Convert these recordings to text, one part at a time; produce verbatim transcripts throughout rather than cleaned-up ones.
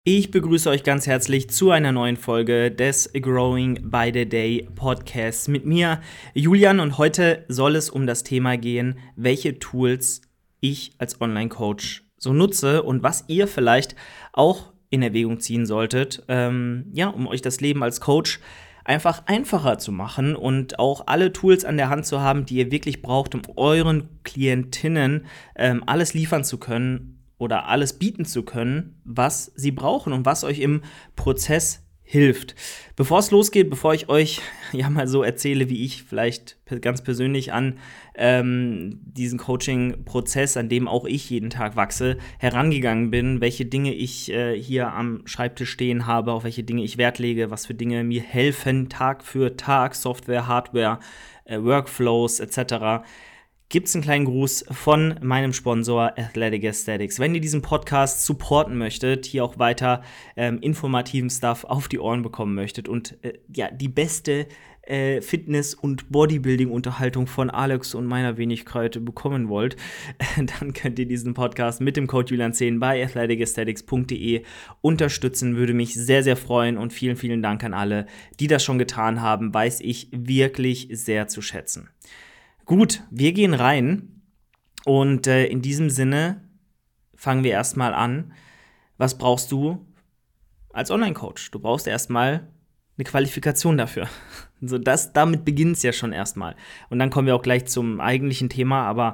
Ich begrüße euch ganz herzlich zu einer neuen Folge des Growing by the Day Podcasts mit mir, Julian, und heute soll es um das Thema gehen, welche Tools ich als Online-Coach so nutze und was ihr vielleicht auch in Erwägung ziehen solltet, ähm, ja, um euch das Leben als Coach einfach einfacher zu machen und auch alle Tools an der Hand zu haben, die ihr wirklich braucht, um euren Klientinnen ähm, alles liefern zu können oder alles bieten zu können, was sie brauchen und was euch im Prozess hilft. Bevor es losgeht, bevor ich euch ja mal so erzähle, wie ich vielleicht ganz persönlich an ähm, diesen Coaching-Prozess, an dem auch ich jeden Tag wachse, herangegangen bin, welche Dinge ich äh, hier am Schreibtisch stehen habe, auf welche Dinge ich Wert lege, was für Dinge mir helfen, Tag für Tag, Software, Hardware, äh, Workflows et cetera, gibt es einen kleinen Gruß von meinem Sponsor Athletic Aesthetics. Wenn ihr diesen Podcast supporten möchtet, hier auch weiter ähm, informativen Stuff auf die Ohren bekommen möchtet und äh, ja, die beste äh, Fitness- und Bodybuilding-Unterhaltung von Alex und meiner Wenigkeit bekommen wollt, äh, dann könnt ihr diesen Podcast mit dem Code Julian zehn bei athletic aesthetics punkt de unterstützen. Würde mich sehr, sehr freuen und vielen, vielen Dank an alle, die das schon getan haben. Weiß ich wirklich sehr zu schätzen. Gut, wir gehen rein und äh, in diesem Sinne fangen wir erstmal an. Was brauchst du als Online-Coach? Du brauchst erstmal eine Qualifikation dafür. Also das, damit beginnt es ja schon erstmal. Und dann kommen wir auch gleich zum eigentlichen Thema, aber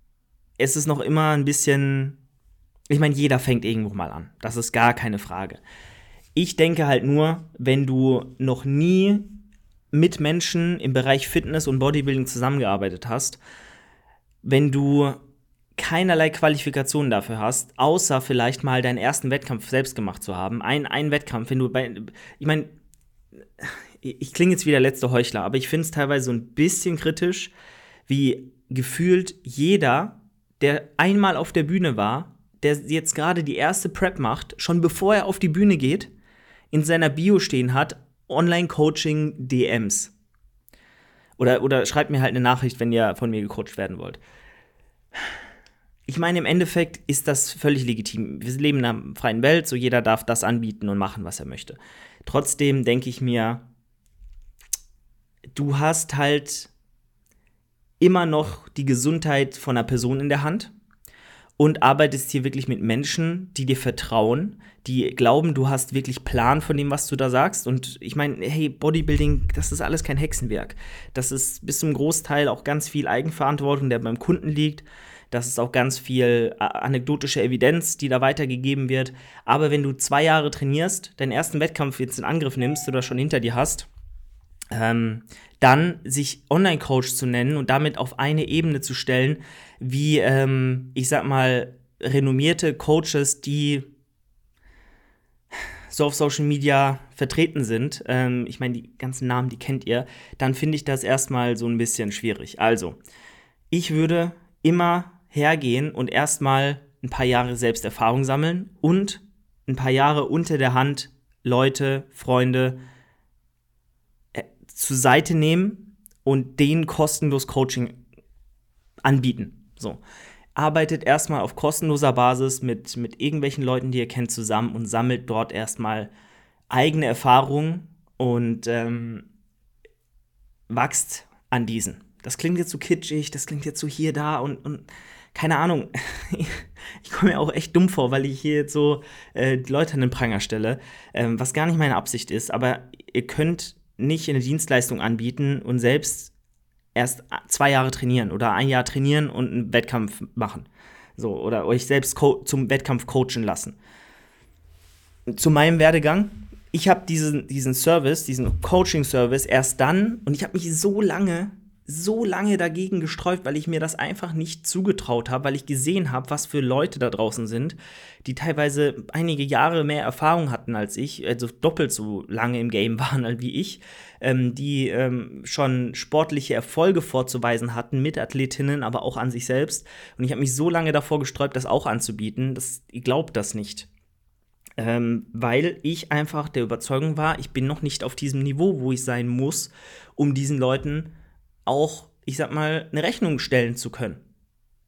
es ist noch immer ein bisschen, ich meine, jeder fängt irgendwo mal an. Das ist gar keine Frage. Ich denke halt nur, wenn du noch nie mit Menschen im Bereich Fitness und Bodybuilding zusammengearbeitet hast, wenn du keinerlei Qualifikationen dafür hast, außer vielleicht mal deinen ersten Wettkampf selbst gemacht zu haben, ein, ein Wettkampf, wenn du bei, ich meine, ich klinge jetzt wie der letzte Heuchler, aber ich finde es teilweise so ein bisschen kritisch, wie gefühlt jeder, der einmal auf der Bühne war, der jetzt gerade die erste Prep macht, schon bevor er auf die Bühne geht, in seiner Bio stehen hat, Online-Coaching-D Ms. Oder, oder schreibt mir halt eine Nachricht, wenn ihr von mir gecoacht werden wollt. Ich meine, im Endeffekt ist das völlig legitim. Wir leben in einer freien Welt, so jeder darf das anbieten und machen, was er möchte. Trotzdem denke ich mir, du hast halt immer noch die Gesundheit von einer Person in der Hand und arbeitest hier wirklich mit Menschen, die dir vertrauen, die glauben, du hast wirklich Plan von dem, was du da sagst. Und ich meine, hey, Bodybuilding, das ist alles kein Hexenwerk. Das ist bis zum Großteil auch ganz viel Eigenverantwortung, der beim Kunden liegt. Das ist auch ganz viel anekdotische Evidenz, die da weitergegeben wird. Aber wenn du zwei Jahre trainierst, deinen ersten Wettkampf jetzt in Angriff nimmst oder schon hinter dir hast, ähm, dann sich Online-Coach zu nennen und damit auf eine Ebene zu stellen, wie, ähm, ich sag mal, renommierte Coaches, die so auf Social Media vertreten sind, ähm, ich meine, die ganzen Namen, die kennt ihr, dann finde ich das erstmal so ein bisschen schwierig. Also, ich würde immer hergehen und erstmal ein paar Jahre Selbsterfahrung sammeln und ein paar Jahre unter der Hand Leute, Freunde äh, zur Seite nehmen und denen kostenlos Coaching anbieten. So. Arbeitet erstmal auf kostenloser Basis mit, mit irgendwelchen Leuten, die ihr kennt, zusammen und sammelt dort erstmal eigene Erfahrungen und ähm, wächst an diesen. Das klingt jetzt so kitschig, das klingt jetzt so hier, da und, und keine Ahnung. Ich komme mir auch echt dumm vor, weil ich hier jetzt so äh, die Leute an den Pranger stelle, ähm, was gar nicht meine Absicht ist, aber ihr könnt nicht eine Dienstleistung anbieten und selbst erst zwei Jahre trainieren oder ein Jahr trainieren und einen Wettkampf machen. So, oder euch selbst co- zum Wettkampf coachen lassen. Zu meinem Werdegang, ich habe diesen, diesen Service, diesen Coaching-Service erst dann, und ich habe mich so lange, so lange dagegen gesträubt, weil ich mir das einfach nicht zugetraut habe, weil ich gesehen habe, was für Leute da draußen sind, die teilweise einige Jahre mehr Erfahrung hatten als ich, also doppelt so lange im Game waren wie ich, ähm, die ähm, schon sportliche Erfolge vorzuweisen hatten mit Athletinnen, aber auch an sich selbst. Und ich habe mich so lange davor gesträubt, das auch anzubieten, dass ihr glaubt das nicht. Ähm, weil ich einfach der Überzeugung war, ich bin noch nicht auf diesem Niveau, wo ich sein muss, um diesen Leuten auch, ich sag mal, eine Rechnung stellen zu können.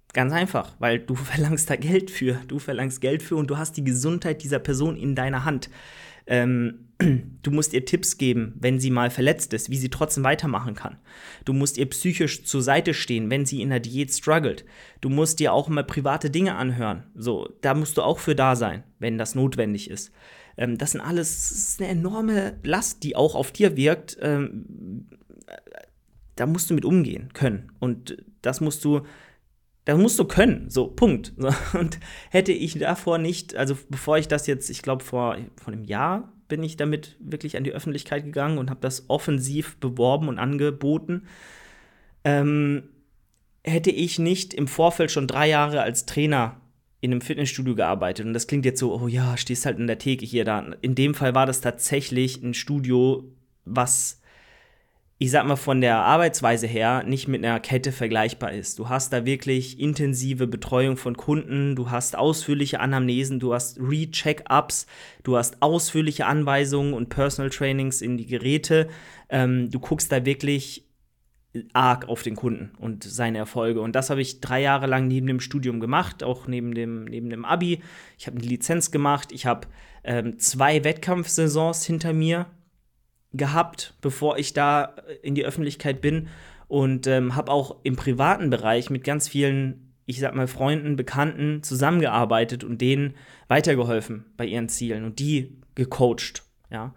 Ganz einfach, weil du verlangst da Geld für. Du verlangst Geld für und du hast die Gesundheit dieser Person in deiner Hand. Ähm, du musst ihr Tipps geben, wenn sie mal verletzt ist, wie sie trotzdem weitermachen kann. Du musst ihr psychisch zur Seite stehen, wenn sie in der Diät struggelt. Du musst dir auch mal private Dinge anhören. So, da musst du auch für da sein, wenn das notwendig ist. Ähm, das sind alles, das ist eine enorme Last, die auch auf dir wirkt. Ähm, da musst du mit umgehen können. Und das musst du Das musst du können, so, Punkt. Und hätte ich davor nicht, also bevor ich das jetzt, ich glaube, vor, vor einem Jahr bin ich damit wirklich an die Öffentlichkeit gegangen und habe das offensiv beworben und angeboten, ähm, hätte ich nicht im Vorfeld schon drei Jahre als Trainer in einem Fitnessstudio gearbeitet. Und das klingt jetzt so, oh ja, stehst halt in der Theke hier, da. In dem Fall war das tatsächlich ein Studio, was, ich sag mal, von der Arbeitsweise her nicht mit einer Kette vergleichbar ist. Du hast da wirklich intensive Betreuung von Kunden, du hast ausführliche Anamnesen, du hast Re-Check-Ups, du hast ausführliche Anweisungen und Personal Trainings in die Geräte. Ähm, du guckst da wirklich arg auf den Kunden und seine Erfolge. Und das habe ich drei Jahre lang neben dem Studium gemacht, auch neben dem, neben dem Abi. Ich habe eine Lizenz gemacht, ich habe ähm, zwei Wettkampfsaisons hinter mir gehabt, bevor ich da in die Öffentlichkeit bin und ähm, habe auch im privaten Bereich mit ganz vielen, ich sag mal, Freunden, Bekannten zusammengearbeitet und denen weitergeholfen bei ihren Zielen und die gecoacht, ja.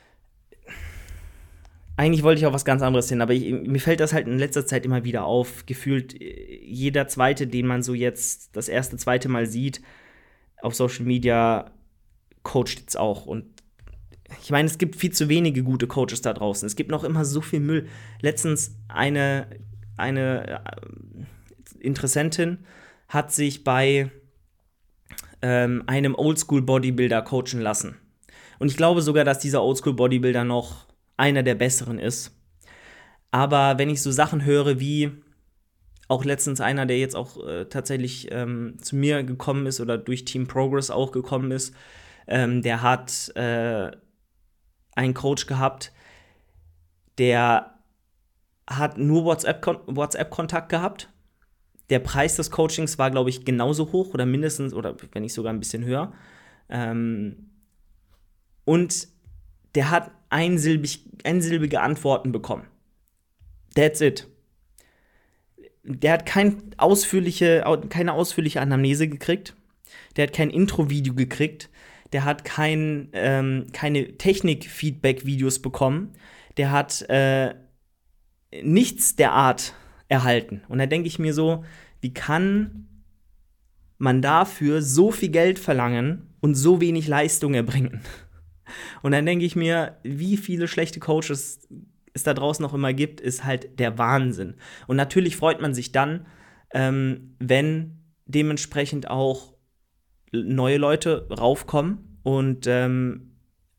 Eigentlich wollte ich auf was ganz anderes hin, aber ich, mir fällt das halt in letzter Zeit immer wieder auf. Gefühlt jeder Zweite, den man so jetzt das erste, zweite Mal sieht auf Social Media, coacht jetzt auch. Und ich meine, es gibt viel zu wenige gute Coaches da draußen. Es gibt noch immer so viel Müll. Letztens eine, eine äh, Interessentin hat sich bei ähm, einem Oldschool-Bodybuilder coachen lassen. Und ich glaube sogar, dass dieser Oldschool-Bodybuilder noch einer der besseren ist. Aber wenn ich so Sachen höre wie auch letztens einer, der jetzt auch äh, tatsächlich ähm, zu mir gekommen ist oder durch Team Progress auch gekommen ist, ähm, der hat äh, einen Coach gehabt, der hat nur WhatsApp-Kon- WhatsApp-Kontakt gehabt. Der Preis des Coachings war, glaube ich, genauso hoch oder mindestens, oder wenn nicht sogar ein bisschen höher. Ähm, und der hat einsilbig, einsilbige Antworten bekommen. That's it. Der hat kein ausführliche, keine ausführliche Anamnese gekriegt. Der hat kein Intro-Video gekriegt. Der hat kein, ähm, keine Technik-Feedback-Videos bekommen. Der hat äh, nichts der Art erhalten. Und da denke ich mir so, wie kann man dafür so viel Geld verlangen und so wenig Leistung erbringen? Und dann denke ich mir, wie viele schlechte Coaches es da draußen noch immer gibt, ist halt der Wahnsinn. Und natürlich freut man sich dann, ähm, wenn dementsprechend auch neue Leute raufkommen und ähm,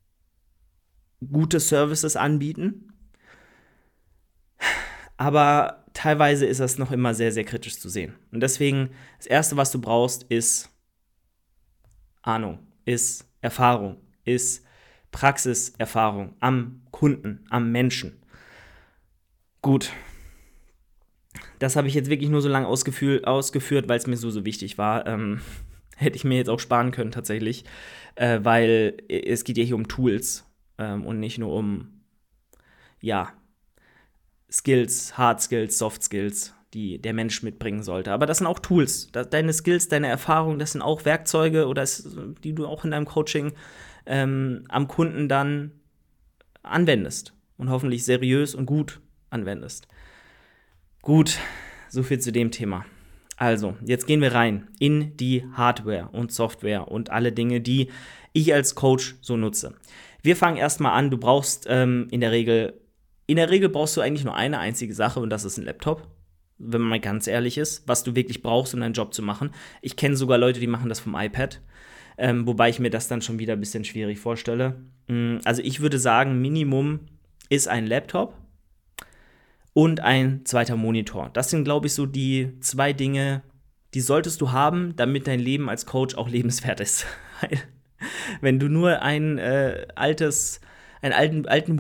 gute Services anbieten. Aber teilweise ist das noch immer sehr, sehr kritisch zu sehen. Und deswegen, das Erste, was du brauchst, ist Ahnung, ist Erfahrung, ist Praxiserfahrung am Kunden, am Menschen. Gut. Das habe ich jetzt wirklich nur so lange ausgeführt, ausgeführt weil es mir so, so wichtig war. Ähm, hätte ich mir jetzt auch sparen können tatsächlich, äh, weil es geht ja hier um Tools ähm, und nicht nur um, ja, Skills, Hard Skills, Soft Skills, die der Mensch mitbringen sollte. Aber das sind auch Tools. Das, deine Skills, deine Erfahrungen, das sind auch Werkzeuge, oder es, die du auch in deinem Coaching ähm, am Kunden dann anwendest und hoffentlich seriös und gut anwendest. Gut, so viel zu dem Thema. Also, jetzt gehen wir rein in die Hardware und Software und alle Dinge, die ich als Coach so nutze. Wir fangen erstmal an, du brauchst ähm, in der Regel, in der Regel brauchst du eigentlich nur eine einzige Sache und das ist ein Laptop, wenn man mal ganz ehrlich ist, was du wirklich brauchst, um deinen Job zu machen. Ich kenne sogar Leute, die machen das vom iPad, ähm, wobei ich mir das dann schon wieder ein bisschen schwierig vorstelle. Also ich würde sagen, Minimum ist ein Laptop und ein zweiter Monitor. Das sind, glaube ich, so die zwei Dinge, die solltest du haben, damit dein Leben als Coach auch lebenswert ist. Wenn du nur ein äh, altes, einen alten, alten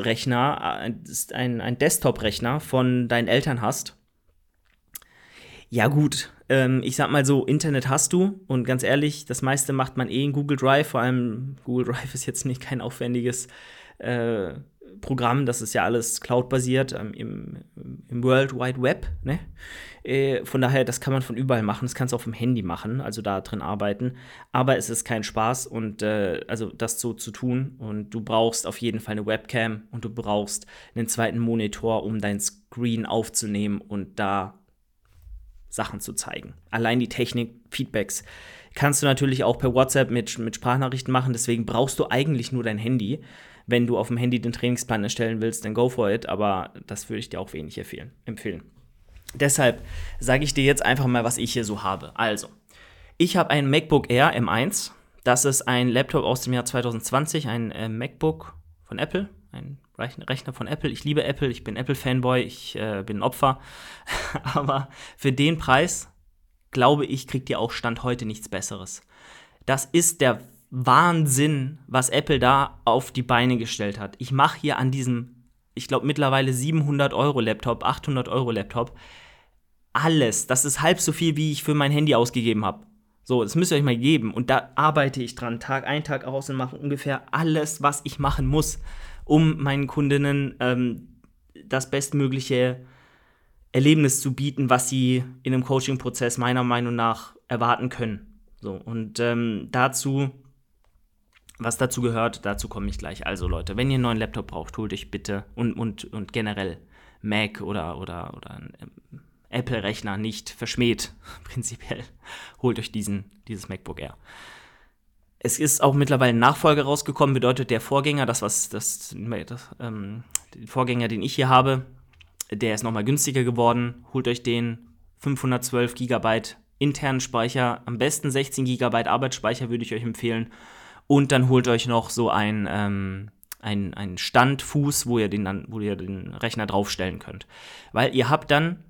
Windows-Rechner, ein, ein, ein Desktop-Rechner von deinen Eltern hast, Ja gut, ähm, ich sag mal so, Internet hast du und ganz ehrlich, das meiste macht man eh in Google Drive, vor allem Google Drive ist jetzt nicht kein aufwendiges äh, Programm, das ist ja alles cloud-basiert ähm, im, im World Wide Web, ne? Äh, von daher, das kann man von überall machen, das kannst du auch vom Handy machen, also da drin arbeiten, aber es ist kein Spaß und äh, also das so zu tun und du brauchst auf jeden Fall eine Webcam und du brauchst einen zweiten Monitor, um dein Screen aufzunehmen und da Sachen zu zeigen. Allein die Technik, Feedbacks kannst du natürlich auch per WhatsApp mit, mit Sprachnachrichten machen, deswegen brauchst du eigentlich nur dein Handy. Wenn du auf dem Handy den Trainingsplan erstellen willst, dann go for it, aber das würde ich dir auch wenig empfehlen. Deshalb sage ich dir jetzt einfach mal, was ich hier so habe. Also, ich habe ein MacBook Air M eins. Das ist ein Laptop aus dem Jahr zwanzig zwanzig, ein äh, MacBook von Apple, ein Rechner von Apple. Ich liebe Apple, ich bin Apple-Fanboy, ich äh, bin ein Opfer. Aber für den Preis, glaube ich, kriegt ihr auch Stand heute nichts Besseres. Das ist der Wahnsinn, was Apple da auf die Beine gestellt hat. Ich mache hier an diesem, ich glaube mittlerweile siebenhundert Euro Laptop, achthundert Euro Laptop, alles. Das ist halb so viel, wie ich für mein Handy ausgegeben habe. So, das müsst ihr euch mal geben. Und da arbeite ich dran, Tag ein, Tag aus und mache ungefähr alles, was ich machen muss, um meinen Kundinnen ähm, das bestmögliche Erlebnis zu bieten, was sie in einem Coaching-Prozess meiner Meinung nach erwarten können. So, und ähm, dazu, was dazu gehört, dazu komme ich gleich. Also Leute, wenn ihr einen neuen Laptop braucht, holt euch bitte und, und, und generell Mac oder, oder, oder ein ähm, Apple-Rechner nicht verschmäht, prinzipiell, holt euch diesen, dieses MacBook Air. Es ist auch mittlerweile ein Nachfolger rausgekommen, bedeutet der Vorgänger, das was das, das ähm, den Vorgänger, den ich hier habe, der ist nochmal günstiger geworden. Holt euch den, fünfhundertzwölf Gigabyte internen Speicher, am besten sechzehn Gigabyte Arbeitsspeicher würde ich euch empfehlen. Und dann holt euch noch so ein ähm, ein, ein Standfuß, wo ihr den dann, wo ihr den Rechner draufstellen könnt, weil ihr habt dann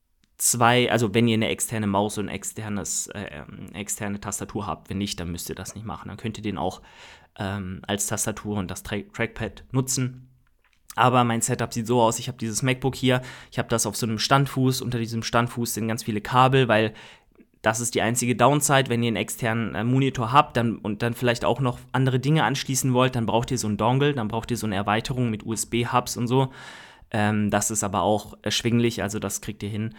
zwei, also wenn ihr eine externe Maus und externes, äh, externe Tastatur habt, wenn nicht, dann müsst ihr das nicht machen. Dann könnt ihr den auch ähm, als Tastatur und das Tra- Trackpad nutzen. Aber mein Setup sieht so aus, ich habe dieses MacBook hier, ich habe das auf so einem Standfuß, unter diesem Standfuß sind ganz viele Kabel, weil das ist die einzige Downside, wenn ihr einen externen äh, Monitor habt dann, und dann vielleicht auch noch andere Dinge anschließen wollt, dann braucht ihr so einen Dongle, dann braucht ihr so eine Erweiterung mit U S B-Hubs und so. Ähm, das ist aber auch erschwinglich, also das kriegt ihr hin.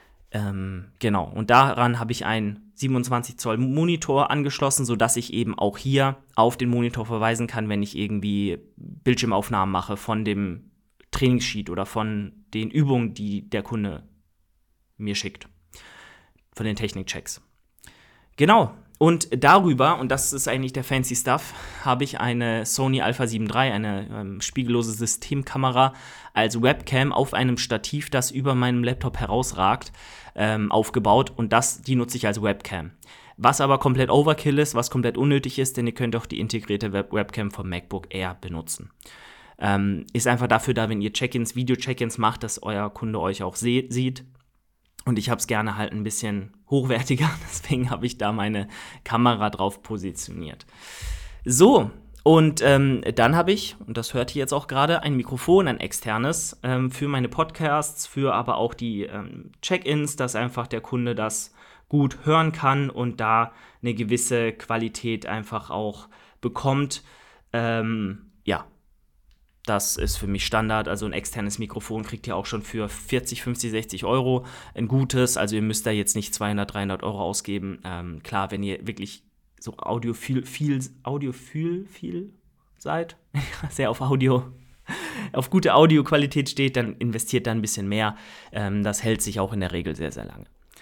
Ähm, genau, und daran habe ich einen siebenundzwanzig Zoll Monitor angeschlossen, sodass ich eben auch hier auf den Monitor verweisen kann, wenn ich irgendwie Bildschirmaufnahmen mache von dem Trainingssheet oder von den Übungen, die der Kunde mir schickt, von den Technikchecks. Genau, und darüber, und das ist eigentlich der fancy Stuff, habe ich eine Sony Alpha sieben drei, eine ähm, spiegellose Systemkamera als Webcam auf einem Stativ, das über meinem Laptop herausragt, ähm, aufgebaut, und das, die nutze ich als Webcam. Was aber komplett Overkill ist, was komplett unnötig ist, denn ihr könnt auch die integrierte Web- Webcam vom MacBook Air benutzen. Ähm, ist einfach dafür da, wenn ihr Check-ins, Video-Check-ins macht, dass euer Kunde euch auch se- sieht. Und ich habe es gerne halt ein bisschen hochwertiger, deswegen habe ich da meine Kamera drauf positioniert. So, und ähm, dann habe ich, und das hört ihr jetzt auch gerade, ein Mikrofon, ein externes, ähm, für meine Podcasts, für aber auch die ähm, Check-ins, dass einfach der Kunde das gut hören kann und da eine gewisse Qualität einfach auch bekommt. Ähm, ja. Das ist für mich Standard, also ein externes Mikrofon kriegt ihr auch schon für vierzig, fünfzig, sechzig Euro, ein gutes, also ihr müsst da jetzt nicht zweihundert, dreihundert Euro ausgeben. Ähm, klar, wenn ihr wirklich so audiophil, viel, audiophil, viel seid, sehr auf Audio, auf gute Audioqualität steht, dann investiert da ein bisschen mehr. Ähm, das hält sich auch in der Regel sehr, sehr lange.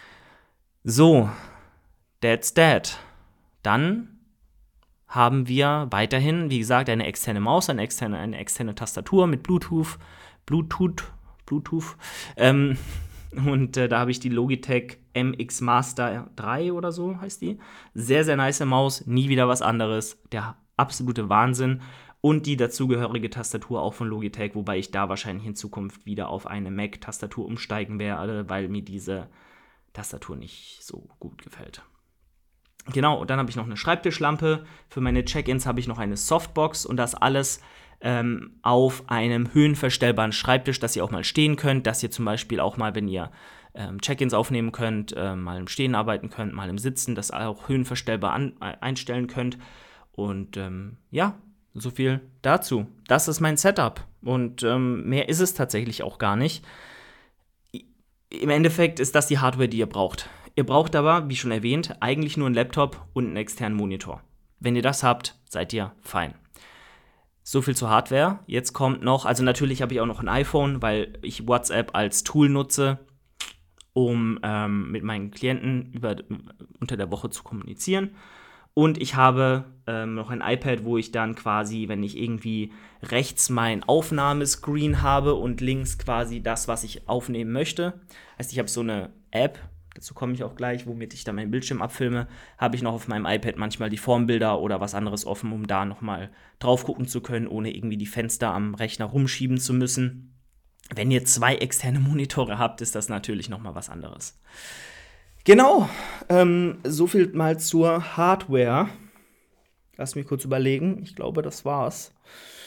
So, that's that. Dann haben wir weiterhin, wie gesagt, eine externe Maus, eine externe, eine externe Tastatur mit Bluetooth, Bluetooth, Bluetooth. Ähm, und äh, da habe ich die Logitech M X Master drei oder so heißt die. Sehr, sehr nice Maus, nie wieder was anderes. Der absolute Wahnsinn. Und die dazugehörige Tastatur auch von Logitech, wobei ich da wahrscheinlich in Zukunft wieder auf eine Mac-Tastatur umsteigen werde, weil mir diese Tastatur nicht so gut gefällt. Genau, und dann habe ich noch eine Schreibtischlampe. Für meine Check-ins habe ich noch eine Softbox und das alles ähm, auf einem höhenverstellbaren Schreibtisch, dass ihr auch mal stehen könnt, dass ihr zum Beispiel auch mal, wenn ihr ähm, Check-ins aufnehmen könnt, äh, mal im Stehen arbeiten könnt, mal im Sitzen, das auch höhenverstellbar an, äh, einstellen könnt. Und ähm, ja, so viel dazu. Das ist mein Setup und ähm, mehr ist es tatsächlich auch gar nicht. Im Endeffekt ist das die Hardware, die ihr braucht. Ihr braucht aber, wie schon erwähnt, eigentlich nur einen Laptop und einen externen Monitor. Wenn ihr das habt, seid ihr fein. So viel zur Hardware. Jetzt kommt noch, also natürlich habe ich auch noch ein iPhone, weil ich WhatsApp als Tool nutze, um ähm, mit meinen Klienten über, unter der Woche zu kommunizieren. Und ich habe ähm, noch ein iPad, wo ich dann quasi, wenn ich irgendwie rechts mein Aufnahmescreen habe und links quasi das, was ich aufnehmen möchte. Heißt, ich habe so eine App, dazu komme ich auch gleich, womit ich dann meinen Bildschirm abfilme, habe ich noch auf meinem iPad manchmal die Formbilder oder was anderes offen, um da nochmal drauf gucken zu können, ohne irgendwie die Fenster am Rechner rumschieben zu müssen. Wenn ihr zwei externe Monitore habt, ist das natürlich nochmal was anderes. Genau, ähm, so viel mal zur Hardware. Lass mich kurz überlegen. Ich glaube, das war's.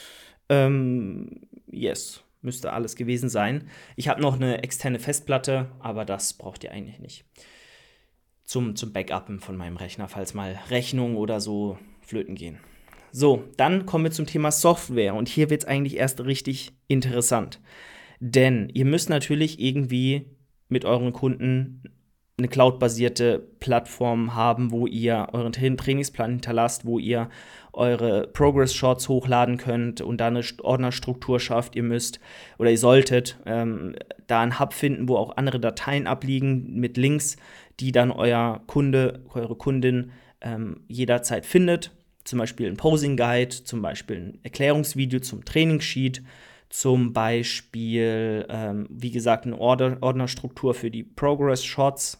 Ähm, yes, müsste alles gewesen sein. Ich habe noch eine externe Festplatte, aber das braucht ihr eigentlich nicht. Zum, zum Backuppen von meinem Rechner, falls mal Rechnungen oder so flöten gehen. So, dann kommen wir zum Thema Software. Und hier wird es eigentlich erst richtig interessant. Denn ihr müsst natürlich irgendwie mit euren Kunden eine cloud-basierte Plattform haben, wo ihr euren Tra- Trainingsplan hinterlasst, wo ihr eure Progress-Shots hochladen könnt und da eine Ordnerstruktur schafft. Ihr müsst oder ihr solltet ähm, da einen Hub finden, wo auch andere Dateien abliegen mit Links, die dann euer Kunde, eure Kundin ähm, jederzeit findet. Zum Beispiel ein Posing-Guide, zum Beispiel ein Erklärungsvideo zum Trainingssheet, zum Beispiel, ähm, wie gesagt, eine Order- Ordnerstruktur für die Progress-Shots.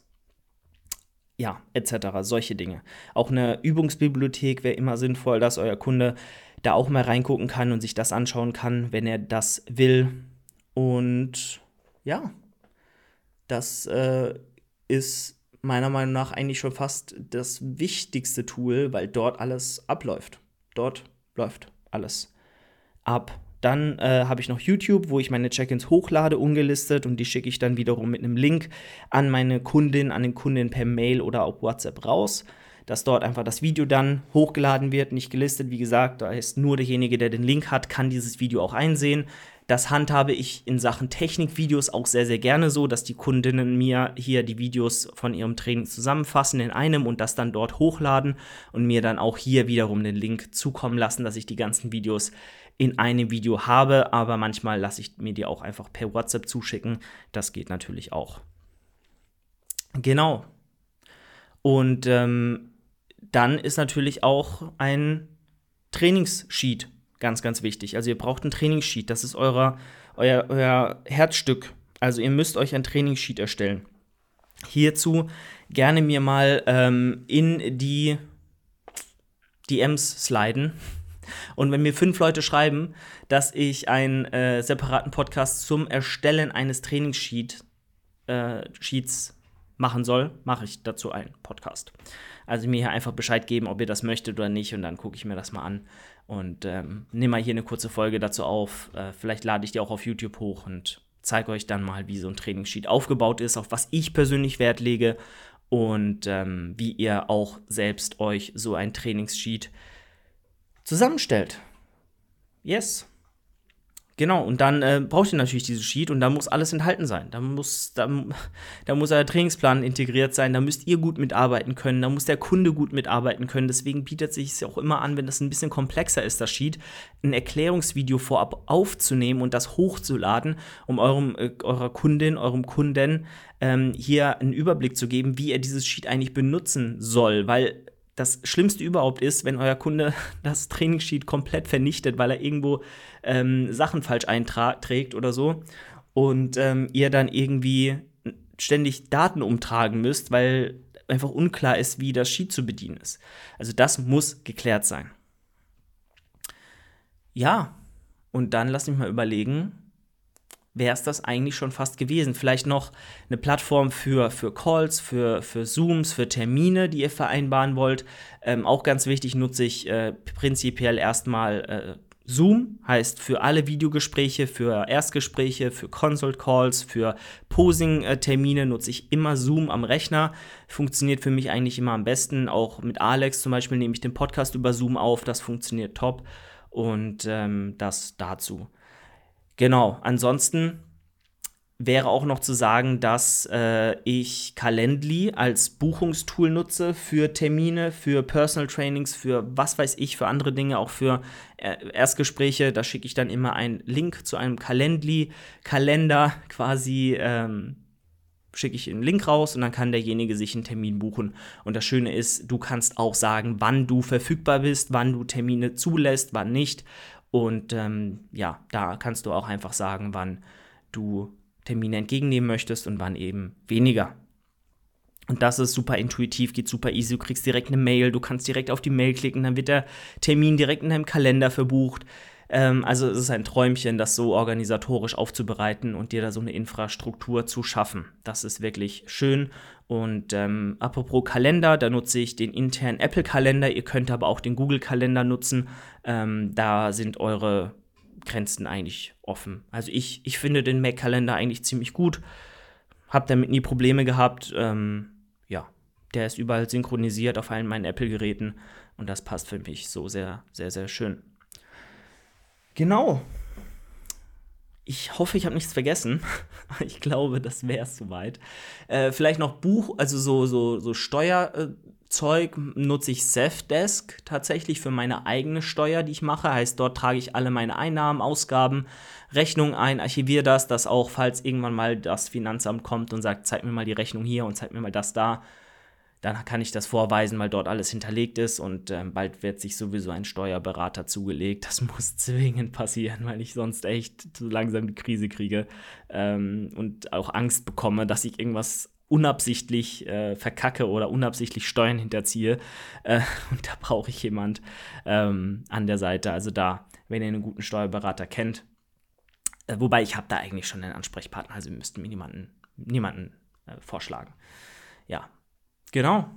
Ja, et cetera. Solche Dinge. Auch eine Übungsbibliothek wäre immer sinnvoll, dass euer Kunde da auch mal reingucken kann und sich das anschauen kann, wenn er das will. Und ja, das äh, ist meiner Meinung nach eigentlich schon fast das wichtigste Tool, weil dort alles abläuft. Dort läuft alles ab. Dann äh, habe ich noch YouTube, wo ich meine Check-ins hochlade, ungelistet, und die schicke ich dann wiederum mit einem Link an meine Kundin, an den Kunden per Mail oder auf WhatsApp raus, dass dort einfach das Video dann hochgeladen wird, nicht gelistet. Wie gesagt, da ist nur derjenige, der den Link hat, kann dieses Video auch einsehen. Das handhabe ich in Sachen Technikvideos auch sehr, sehr gerne so, dass die Kundinnen mir hier die Videos von ihrem Training zusammenfassen in einem und das dann dort hochladen und mir dann auch hier wiederum den Link zukommen lassen, dass ich die ganzen Videos in einem Video habe, aber manchmal lasse ich mir die auch einfach per WhatsApp zuschicken. Das geht natürlich auch. Genau. Und ähm, dann ist natürlich auch ein Trainingssheet ganz, ganz wichtig. Also ihr braucht ein Trainingssheet. Das ist euer, euer, euer Herzstück. Also ihr müsst euch ein Trainingssheet erstellen. Hierzu gerne mir mal ähm, in die D Ms sliden. Und wenn mir fünf Leute schreiben, dass ich einen äh, separaten Podcast zum Erstellen eines Trainingssheets äh, Sheets machen soll, mache ich dazu einen Podcast. Also mir hier einfach Bescheid geben, ob ihr das möchtet oder nicht, und dann gucke ich mir das mal an und ähm, nehme mal hier eine kurze Folge dazu auf. Äh, vielleicht lade ich die auch auf YouTube hoch und zeige euch dann mal, wie so ein Trainingssheet aufgebaut ist, auf was ich persönlich Wert lege und ähm, wie ihr auch selbst euch so ein Trainingssheet zusammenstellt. Yes. Genau, und dann äh, braucht ihr natürlich dieses Sheet und da muss alles enthalten sein. Da muss, da, da muss euer Trainingsplan integriert sein, da müsst ihr gut mitarbeiten können, da muss der Kunde gut mitarbeiten können. Deswegen bietet es sich auch immer an, wenn das ein bisschen komplexer ist, das Sheet, ein Erklärungsvideo vorab aufzunehmen und das hochzuladen, um eurem, äh, eurer Kundin, eurem Kunden ähm, hier einen Überblick zu geben, wie er dieses Sheet eigentlich benutzen soll, weil das Schlimmste überhaupt ist, wenn euer Kunde das Trainingssheet komplett vernichtet, weil er irgendwo ähm, Sachen falsch einträgt oder so und ähm, ihr dann irgendwie ständig Daten umtragen müsst, weil einfach unklar ist, wie das Sheet zu bedienen ist. Also das muss geklärt sein. Ja, und dann lasst mich mal überlegen, wäre es das eigentlich schon fast gewesen. Vielleicht noch eine Plattform für, für Calls, für, für Zooms, für Termine, die ihr vereinbaren wollt. Ähm, auch ganz wichtig, nutze ich äh, prinzipiell erstmal äh, Zoom heißt für alle Videogespräche, für Erstgespräche, für Consult Calls, für Posing-Termine nutze ich immer Zoom am Rechner. Funktioniert für mich eigentlich immer am besten. Auch mit Alex zum Beispiel nehme ich den Podcast über Zoom auf. Das funktioniert top. Und ähm, das dazu. Genau, ansonsten wäre auch noch zu sagen, dass äh, ich Calendly als Buchungstool nutze für Termine, für Personal Trainings, für was weiß ich, für andere Dinge, auch für äh, Erstgespräche. Da schicke ich dann immer einen Link zu einem Calendly-Kalender quasi, ähm, schicke ich einen Link raus und dann kann derjenige sich einen Termin buchen. Und das Schöne ist, du kannst auch sagen, wann du verfügbar bist, wann du Termine zulässt, wann nicht. Und ähm, ja, da kannst du auch einfach sagen, wann du Termine entgegennehmen möchtest und wann eben weniger. Und das ist super intuitiv, geht super easy. Du kriegst direkt eine Mail, du kannst direkt auf die Mail klicken, dann wird der Termin direkt in deinem Kalender verbucht. Ähm, also es ist ein Träumchen, das so organisatorisch aufzubereiten und dir da so eine Infrastruktur zu schaffen. Das ist wirklich schön. Und ähm, apropos Kalender, da nutze ich den internen Apple-Kalender. Ihr könnt aber auch den Google-Kalender nutzen. Ähm, da sind eure Grenzen eigentlich offen. Also ich, ich finde den Mac-Kalender eigentlich ziemlich gut. Hab damit nie Probleme gehabt. Ähm, ja, der ist überall synchronisiert auf allen meinen Apple-Geräten und das passt für mich so sehr, sehr, sehr schön. Genau. Ich hoffe, ich habe nichts vergessen. Ich glaube, das wäre es soweit. Äh, vielleicht noch Buch, also so, so, so Steuerzeug nutze ich Zendesk tatsächlich für meine eigene Steuer, die ich mache. Heißt, dort trage ich alle meine Einnahmen, Ausgaben, Rechnungen ein, archiviere das, dass auch, falls irgendwann mal das Finanzamt kommt und sagt, zeig mir mal die Rechnung hier und zeig mir mal das da, dann kann ich das vorweisen, weil dort alles hinterlegt ist und ähm, bald wird sich sowieso ein Steuerberater zugelegt. Das muss zwingend passieren, weil ich sonst echt so langsam die Krise kriege ähm, und auch Angst bekomme, dass ich irgendwas unabsichtlich äh, verkacke oder unabsichtlich Steuern hinterziehe. Äh, und da brauche ich jemand ähm, an der Seite. Also da, wenn ihr einen guten Steuerberater kennt, äh, wobei ich habe da eigentlich schon einen Ansprechpartner, also wir müssten mir niemanden, niemanden äh, vorschlagen. Ja. Genau.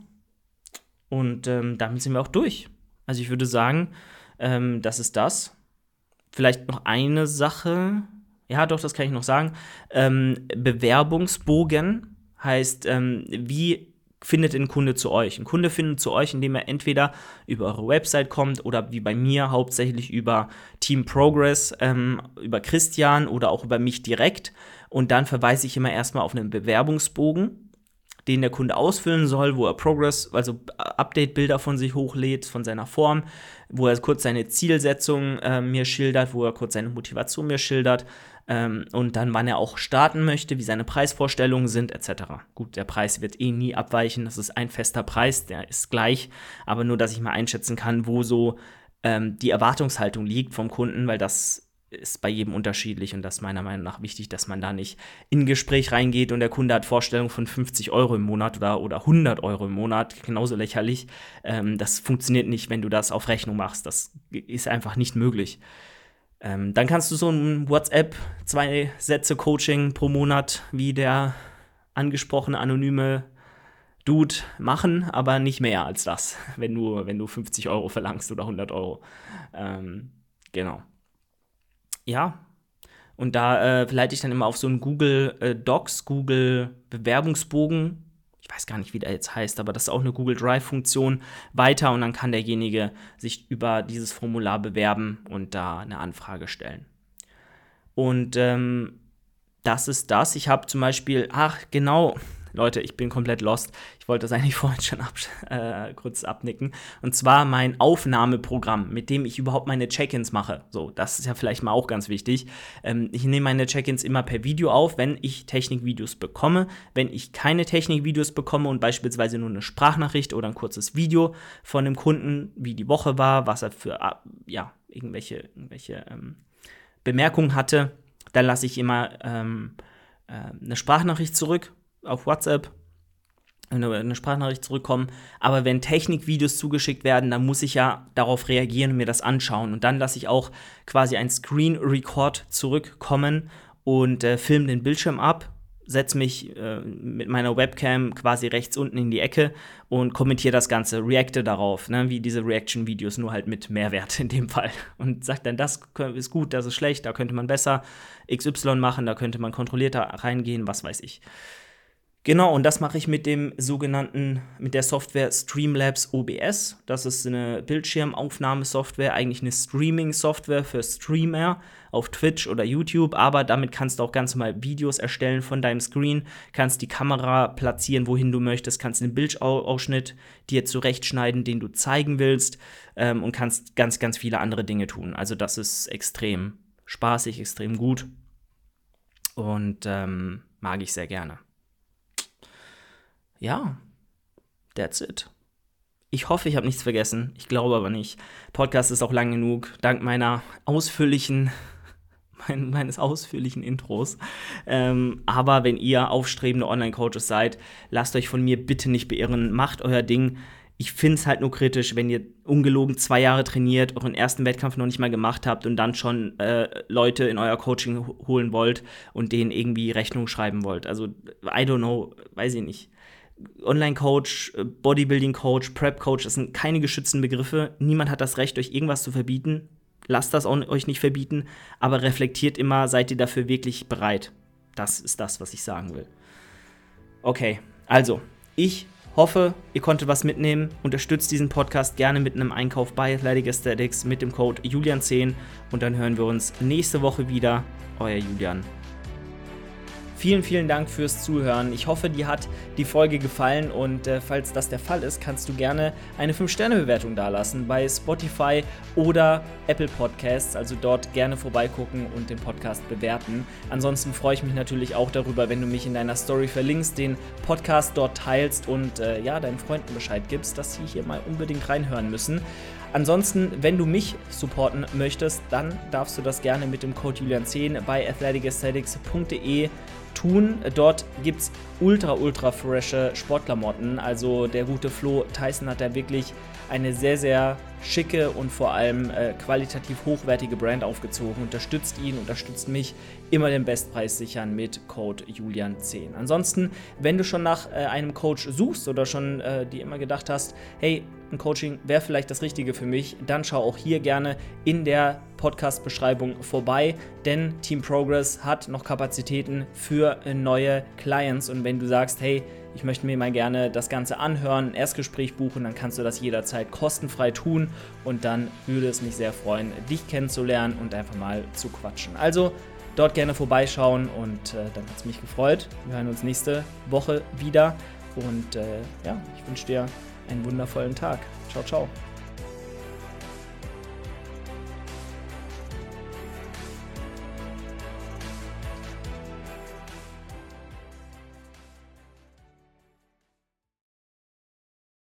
Und ähm, damit sind wir auch durch. Also ich würde sagen, ähm, das ist das. Vielleicht noch eine Sache. Ja, doch, das kann ich noch sagen. Ähm, Bewerbungsbogen heißt, ähm, wie findet ein Kunde zu euch? Ein Kunde findet zu euch, indem er entweder über eure Website kommt oder wie bei mir hauptsächlich über Team Progress, ähm, über Christian oder auch über mich direkt. Und dann verweise ich immer erstmal auf einen Bewerbungsbogen, den der Kunde ausfüllen soll, wo er Progress, also Update-Bilder von sich hochlädt, von seiner Form, wo er kurz seine Zielsetzung äh, mir schildert, wo er kurz seine Motivation mir schildert ähm, und dann, wann er auch starten möchte, wie seine Preisvorstellungen sind, et cetera. Gut, der Preis wird eh nie abweichen, das ist ein fester Preis, der ist gleich, aber nur, dass ich mal einschätzen kann, wo so ähm, die Erwartungshaltung liegt vom Kunden, weil das ist bei jedem unterschiedlich und das ist meiner Meinung nach wichtig, dass man da nicht in ein Gespräch reingeht und der Kunde hat Vorstellungen von fünfzig Euro im Monat oder, oder hundert Euro im Monat, genauso lächerlich. Ähm, das funktioniert nicht, wenn du das auf Rechnung machst. Das ist einfach nicht möglich. Ähm, dann kannst du so ein WhatsApp, zwei Sätze Coaching pro Monat, wie der angesprochene anonyme Dude, machen, aber nicht mehr als das, wenn du, wenn du fünfzig Euro verlangst oder hundert Euro. Ähm, genau. Ja, und da äh, leite ich dann immer auf so einen Google äh, Docs, Google Bewerbungsbogen, ich weiß gar nicht, wie der jetzt heißt, aber das ist auch eine Google Drive-Funktion, weiter und dann kann derjenige sich über dieses Formular bewerben und da eine Anfrage stellen. Und ähm, das ist das. Ich habe zum Beispiel, ach genau, Leute, ich bin komplett lost. Ich wollte das eigentlich vorhin schon ab, äh, kurz abnicken. Und zwar mein Aufnahmeprogramm, mit dem ich überhaupt meine Check-ins mache. So, das ist ja vielleicht mal auch ganz wichtig. Ähm, ich nehme meine Check-ins immer per Video auf, wenn ich Technikvideos bekomme. Wenn ich keine Technikvideos bekomme und beispielsweise nur eine Sprachnachricht oder ein kurzes Video von dem Kunden, wie die Woche war, was er für, ja, irgendwelche, irgendwelche ähm, Bemerkungen hatte, dann lasse ich immer ähm, äh, eine Sprachnachricht zurück auf WhatsApp, eine, eine Sprachnachricht zurückkommen. Aber wenn Technikvideos zugeschickt werden, dann muss ich ja darauf reagieren und mir das anschauen. Und dann lasse ich auch quasi ein Screen Record zurückkommen und äh, filme den Bildschirm ab, setze mich äh, mit meiner Webcam quasi rechts unten in die Ecke und kommentiere das Ganze, reacte darauf, ne, wie diese Reaction-Videos, nur halt mit Mehrwert in dem Fall. Und sage dann, das ist gut, das ist schlecht, da könnte man besser X Y machen, da könnte man kontrollierter reingehen, was weiß ich. Genau, und das mache ich mit dem sogenannten, mit der Software Streamlabs O B S. Das ist eine Bildschirmaufnahmesoftware, eigentlich eine Streaming-Software für Streamer auf Twitch oder YouTube, aber damit kannst du auch ganz normal Videos erstellen von deinem Screen, kannst die Kamera platzieren, wohin du möchtest, kannst einen Bildausschnitt dir zurechtschneiden, den du zeigen willst, ähm, und kannst ganz, ganz viele andere Dinge tun. Also das ist extrem spaßig, extrem gut und ähm, mag ich sehr gerne. Ja, that's it. Ich hoffe, ich habe nichts vergessen. Ich glaube aber nicht. Podcast ist auch lang genug, dank meiner ausführlichen, mein, meines ausführlichen Intros. Ähm, aber wenn ihr aufstrebende Online-Coaches seid, lasst euch von mir bitte nicht beirren. Macht euer Ding. Ich finde es halt nur kritisch, wenn ihr ungelogen zwei Jahre trainiert, euren ersten Wettkampf noch nicht mal gemacht habt und dann schon äh, Leute in euer Coaching holen wollt und denen irgendwie Rechnung schreiben wollt. Also, I don't know, weiß ich nicht. Online-Coach, Bodybuilding-Coach, Prep-Coach, das sind keine geschützten Begriffe. Niemand hat das Recht, euch irgendwas zu verbieten. Lasst das auch euch nicht verbieten, aber reflektiert immer, seid ihr dafür wirklich bereit? Das ist das, was ich sagen will. Okay, also, ich hoffe, ihr konntet was mitnehmen. Unterstützt diesen Podcast gerne mit einem Einkauf bei Athletic Aesthetics mit dem Code Julian zehn und dann hören wir uns nächste Woche wieder. Euer Julian. Vielen, vielen Dank fürs Zuhören. Ich hoffe, dir hat die Folge gefallen und äh, falls das der Fall ist, kannst du gerne eine fünf Sterne Bewertung dalassen bei Spotify oder Apple Podcasts. Also dort gerne vorbeigucken und den Podcast bewerten. Ansonsten freue ich mich natürlich auch darüber, wenn du mich in deiner Story verlinkst, den Podcast dort teilst und äh, ja, deinen Freunden Bescheid gibst, dass sie hier mal unbedingt reinhören müssen. Ansonsten, wenn du mich supporten möchtest, dann darfst du das gerne mit dem Code Julian zehn bei athletic aesthetics punkt de tun. Dort gibt es ultra, ultra frische Sportklamotten. Also der gute Flo Tyson hat da wirklich eine sehr, sehr schicke und vor allem äh, qualitativ hochwertige Brand aufgezogen. Unterstützt ihn, unterstützt mich. Immer den Bestpreis sichern mit Code Julian zehn. Ansonsten, wenn du schon nach äh, einem Coach suchst oder schon äh, dir immer gedacht hast, hey, ein Coaching wäre vielleicht das Richtige für mich, dann schau auch hier gerne in der Podcast-Beschreibung vorbei, denn Team Progress hat noch Kapazitäten für neue Clients und wenn du sagst, hey, ich möchte mir mal gerne das Ganze anhören, ein Erstgespräch buchen, dann kannst du das jederzeit kostenfrei tun und dann würde es mich sehr freuen, dich kennenzulernen und einfach mal zu quatschen. Also dort gerne vorbeischauen und äh, dann hat es mich gefreut. Wir hören uns nächste Woche wieder und äh, ja, ich wünsche dir einen wundervollen Tag. Ciao, ciao.